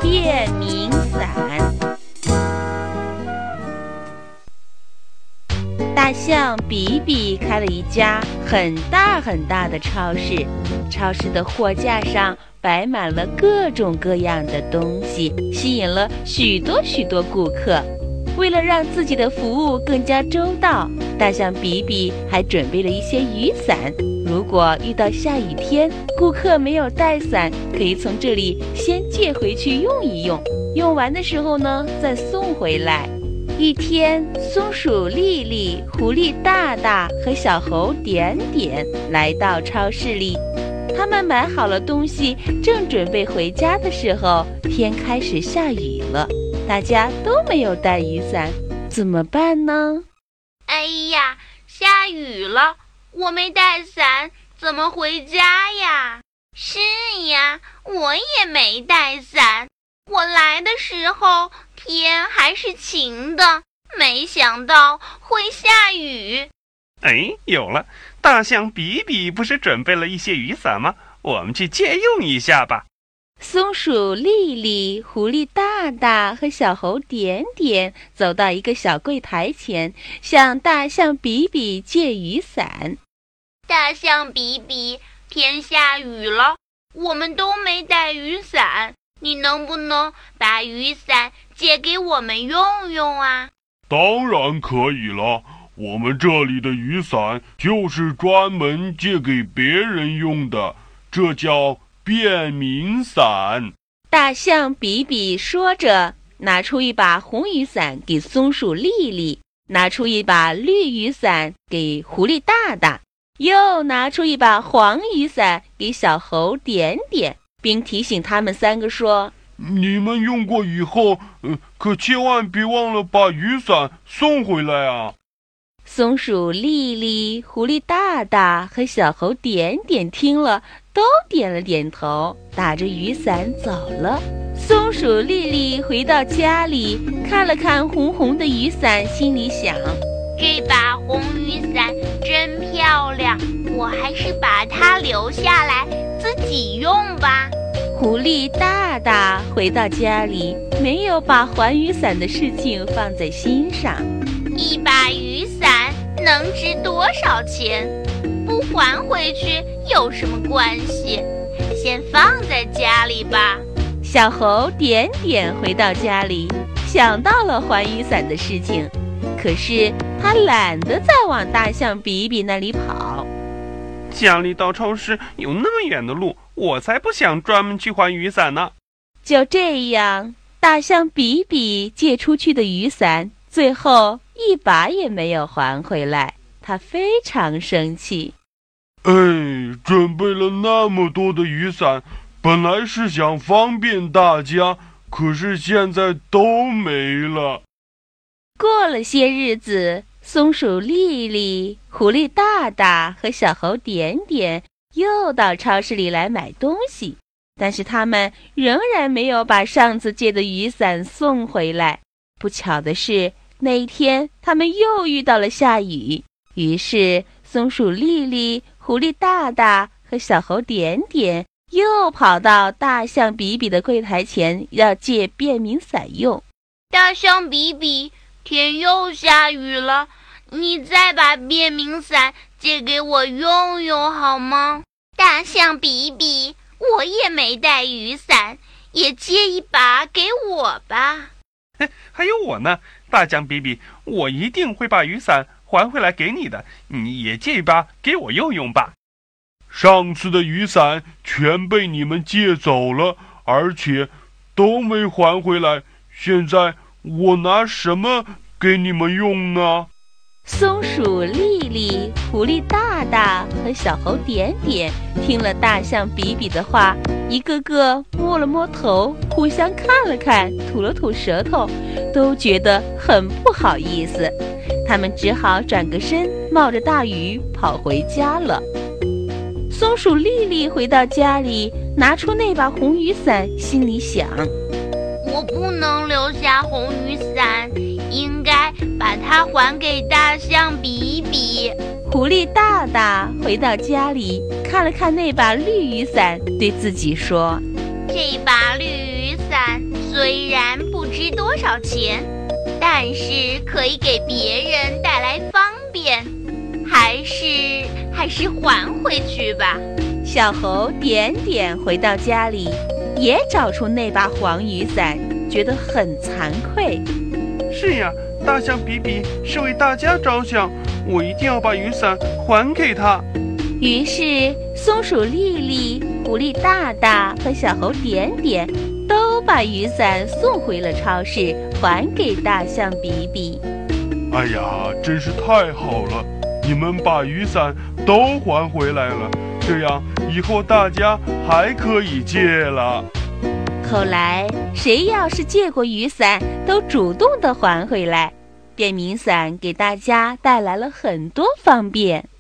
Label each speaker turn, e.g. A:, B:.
A: 便民伞。大象比比开了一家很大很大的超市，超市的货架上摆满了各种各样的东西，吸引了许多许多顾客。为了让自己的服务更加周到，大象比比还准备了一些雨伞。如果遇到下雨天，顾客没有带伞，可以从这里先借回去用一用，用完的时候呢，再送回来。一天，松鼠丽丽、狐狸大大和小猴点点来到超市里。他们买好了东西，正准备回家的时候，天开始下雨了。大家都没有带雨伞，怎么办呢？
B: 哎呀，下雨了，我没带伞，怎么回家呀？是呀，我也没带伞。我来的时候天还是晴的，没想到会下雨。
C: 哎，有了，大象比比不是准备了一些雨伞吗？我们去借用一下吧。
A: 松鼠丽丽、狐狸大大和小猴点点走到一个小柜台前，向大象比比借雨伞。
B: 大象比比，天下雨了，我们都没带雨伞，你能不能把雨伞借给我们用用啊？
D: 当然可以了，我们这里的雨伞就是专门借给别人用的，这叫便民伞。
A: 大象比比说着，拿出一把红雨伞给松鼠丽丽，拿出一把绿雨伞给狐狸大大，又拿出一把黄雨伞给小猴点点，并提醒他们三个说：
D: 你们用过以后，可千万别忘了把雨伞送回来啊！
A: 松鼠丽丽、狐狸大大和小猴点点听了，都点了点头，打着雨伞走了。松鼠丽丽回到家里，看了看红红的雨伞，心里想：
B: 这把红雨伞真漂亮，我还是把它留下来自己用吧。
A: 狐狸大大回到家里，没有把还雨伞的事情放在心上。
B: 一把雨伞能值多少钱？不还回去有什么关系？先放在家里吧。
A: 小猴点点回到家里，想到了还雨伞的事情，可是他懒得再往大象比比那里跑。
C: 家里到超市有那么远的路，我才不想专门去还雨伞呢。
A: 就这样，大象比比借出去的雨伞，最后一把也没有还回来。他非常生气。
D: 准备了那么多的雨伞，本来是想方便大家，可是现在都没了。
A: 过了些日子，松鼠丽丽、狐狸大大和小猴点点又到超市里来买东西，但是他们仍然没有把上次借的雨伞送回来。不巧的是，那一天他们又遇到了下雨，于是松鼠丽丽、狐狸大大和小猴点点又跑到大象比比的柜台前，要借便民伞用。
B: 大象比比，天又下雨了，你再把便民伞借给我用用好吗？大象比比，我也没带雨伞，也借一把给我吧。
C: 还有我呢，大象比比，我一定会把雨伞还回来给你的，你也借一把给我用用吧。
D: 上次的雨伞全被你们借走了，而且都没还回来，现在我拿什么给你们用呢？
A: 松鼠丽丽、狐狸大大和小猴点点听了大象比比的话，一个个摸了摸头，互相看了看，吐了吐舌头，都觉得很不好意思。他们只好转个身，冒着大雨跑回家了。松鼠丽丽回到家里，拿出那把红雨伞，心里想：
B: 我不能留下红雨伞，应该把它还给大象比比。
A: 狐狸大大回到家里，看了看那把绿雨伞，对自己说：
B: 这把绿雨伞虽然不值多少钱，但是可以给别人带来方便，还是还回去吧。
A: 小猴点点回到家里，也找出那把黄雨伞，觉得很惭愧。
C: 是呀，大象比比是为大家着想，我一定要把雨伞还给他。
A: 于是松鼠丽丽、狐狸大大和小猴点点都把雨伞送回了超市，还给大象比比。
D: 哎呀，真是太好了，你们把雨伞都还回来了，这样以后大家还可以借了。
A: 后来谁要是借过雨伞，都主动地还回来，便民伞给大家带来了很多方便。